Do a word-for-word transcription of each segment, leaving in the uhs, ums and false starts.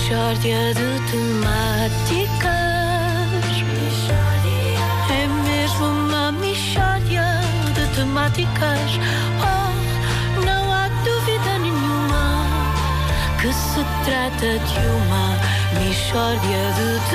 Mixórdia de temáticas. É mesmo uma mixórdia de temáticas. Oh, não há dúvida nenhuma que se trata de uma mixórdia de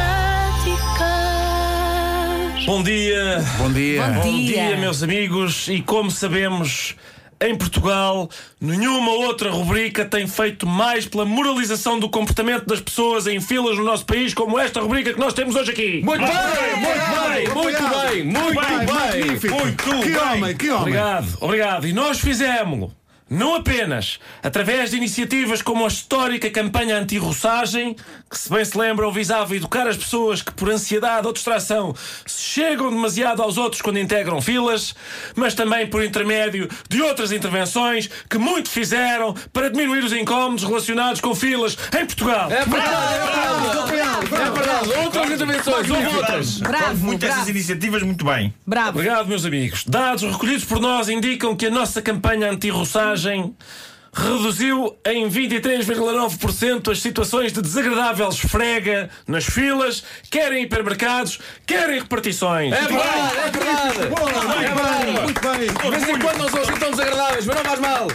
temáticas. Bom dia. Bom dia. Bom Bom dia. dia, meus amigos. E como sabemos, em Portugal, nenhuma outra rubrica tem feito mais pela moralização do comportamento das pessoas em filas no nosso país como esta rubrica que nós temos hoje aqui. Muito bem, muito bem, muito bem, muito bem. Magnífico. Muito que bem. homem, que homem. Obrigado, obrigado. E nós fizemos-lo não apenas através de iniciativas como a histórica campanha anti-roçagem, que, se bem se lembram, visava educar as pessoas que, por ansiedade ou distração, se chegam demasiado aos outros quando integram filas, mas também por intermédio de outras intervenções que muito fizeram para diminuir os incómodos relacionados com filas em Portugal. É verdade, é verdade. É verdade. Outras intervenções, houve outras. Bravo, Muitas bravo, dessas iniciativas, muito bem. bravo. Obrigado, meus amigos. Dados recolhidos por nós indicam que a nossa campanha anti-roçagem reduziu em vinte e três vírgula nove por cento as situações de desagradável esfrega nas filas, quer em hipermercados, quer em repartições. É verdade, é verdade. Muito bem, muito bem. De vez em quando não são assim tão desagradáveis, mas não faz mal.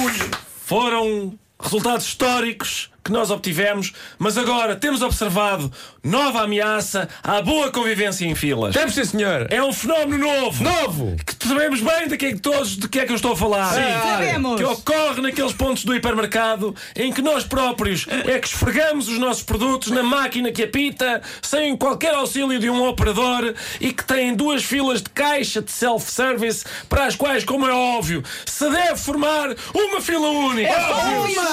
Foram resultados históricos que nós obtivemos, mas agora temos observado nova ameaça à boa convivência em filas. Temos, sim, senhor. É um fenómeno novo. Novo. Que sabemos bem de que é que todos de que é que eu estou a falar. Sabemos. Que ocorre naqueles pontos do hipermercado em que nós próprios é que esfregamos os nossos produtos na máquina que apita, sem qualquer auxílio de um operador, e que tem duas filas de caixa de self-service para as quais, como é óbvio, se deve formar uma fila única. É só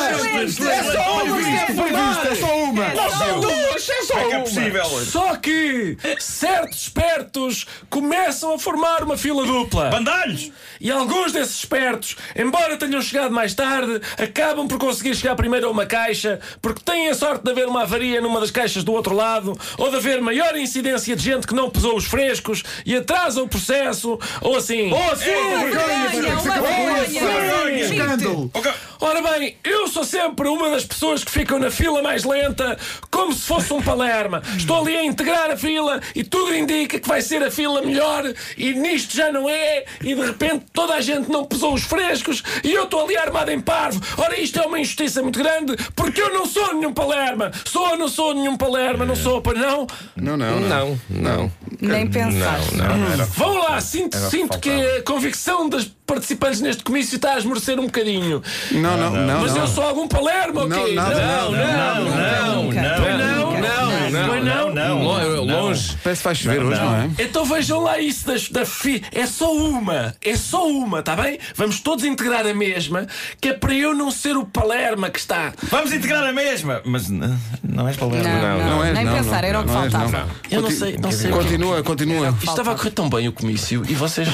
uma. É só uma. Não são duas, é só É que é uma. possível. Só que certos espertos começam a formar uma fila dupla. Bandalhos! E alguns desses espertos, embora tenham chegado mais tarde, acabam por conseguir chegar primeiro a uma caixa, porque têm a sorte de haver uma avaria numa das caixas do outro lado, ou de haver maior incidência de gente que não pesou os frescos e atrasa o processo, ou assim. Oh, sim. Vergonha, uma vergonha. Escândalo. Ok. Ora bem, eu sou sempre uma das pessoas que ficam na fila mais lenta, como se fosse um palerma. Estou ali a integrar a fila e tudo indica que vai ser a fila melhor, e nisto já não é, e de repente toda a gente não pesou os frescos e eu estou ali armado em parvo. Ora, isto é uma injustiça muito grande, porque eu não sou nenhum palerma. Sou ou não sou nenhum palerma? Não sou, pois não? Não, não, não. Não, não. Nem pensar. Vão lá, sinto, sinto que a convicção das participantes neste comício está a esmorecer um bocadinho. Não, não, não. Mas eu não. sou algum palerma ou Não, quê? nada. Não, não, não. Nunca. Pois não? Não, não. Pois não? Não, Lo- não. Longe. Parece que vai chover hoje, não é? Então vejam lá isso das, da fi... É só uma, é só uma, tá bem? Vamos todos integrar a mesma, que é para eu não ser o palerma que está. Vamos integrar a mesma. Mas não, não és palerma. Não, não, Não és, nem não, pensar, não. era o que Não és, faltava. não. Eu não sei, não sei. Continua, continua. Isto estava a correr tão bem o comício e vocês.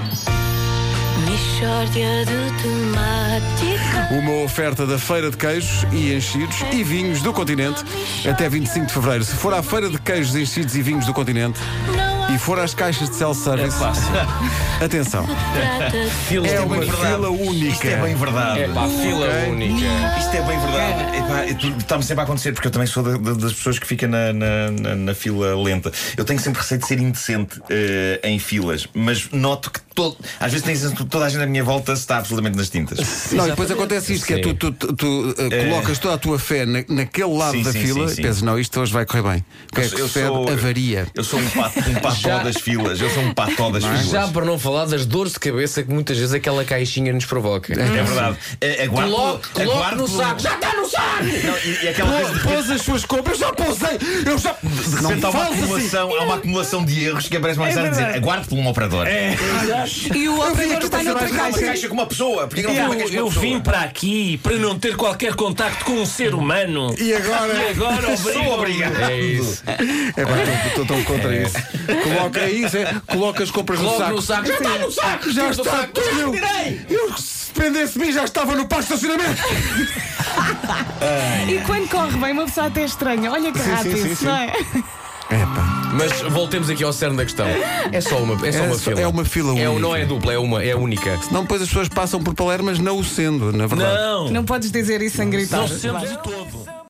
Mixórdia de temáticas. Uma oferta da Feira de Queijos e Enchidos e Vinhos do Continente até vinte e cinco de fevereiro. Se for à Feira de Queijos, Enchidos e Vinhos do Continente e for às caixas de É self-service, fácil. atenção, Filas é de uma bem verdade. fila única. Isto é bem verdade. É pá, fila única. Isto é bem verdade. Epá, é tudo- Está-me sempre a acontecer, porque eu também sou da- da- das pessoas que ficam na, na, na- na fila lenta. Eu tenho sempre receio de ser indecente eh, em filas, mas noto que todo, às vezes tem sensação que toda a gente à minha volta está absolutamente nas tintas. Não, e depois acontece isto, que é tu, tu, tu, tu, uh, colocas toda a tua fé na, naquele lado Sim, da sim, fila sim, e sim. pensas, não, isto hoje vai correr bem. O que é que Eu sucede? sou- Avaria. Eu sou um, pato, um pató Já- das filas. Eu sou um pató das filas. Já para não falar das dores de cabeça que muitas vezes aquela caixinha nos provoca. É verdade. É, aguardo Coloque, pelo- coloque aguardo no pelo- saco. Já está no saco! Não, e, e aquela coisa de Pô- Pôs as suas compras, eu já pousei, eu já. De repente há uma, fales assim. acumulação, há uma acumulação de erros que aparece mais tarde a dizer aguarde por um operador. É. E o operador que está tu noutra pensavas Uma caixa. caixa com uma pessoa. Porque não tem Eu, uma caixa com eu uma pessoa? vim para aqui para não ter qualquer contacto com um ser humano. E agora? E agora Sou obrigado. É isso. É pá, estou tão contra isso. Coloca é isso, é, coloca as compras no Logo saco. no saco. Já está no saco! Já Tira do está, saco. tudo eu, eu, se dependesse de mim, já estava no parque de estacionamento. E quando corre bem, uma pessoa até estranha. Olha que Sim, rápido, sim, sim, não é? É pá. Mas voltemos aqui ao cerne da questão. É só uma, é só É uma só- fila. é uma fila É, única. não é dupla, é uma, é única. Não, depois as pessoas passam por palermas não o sendo, na verdade. Não, Não podes dizer isso sem gritar. não sendo de todo.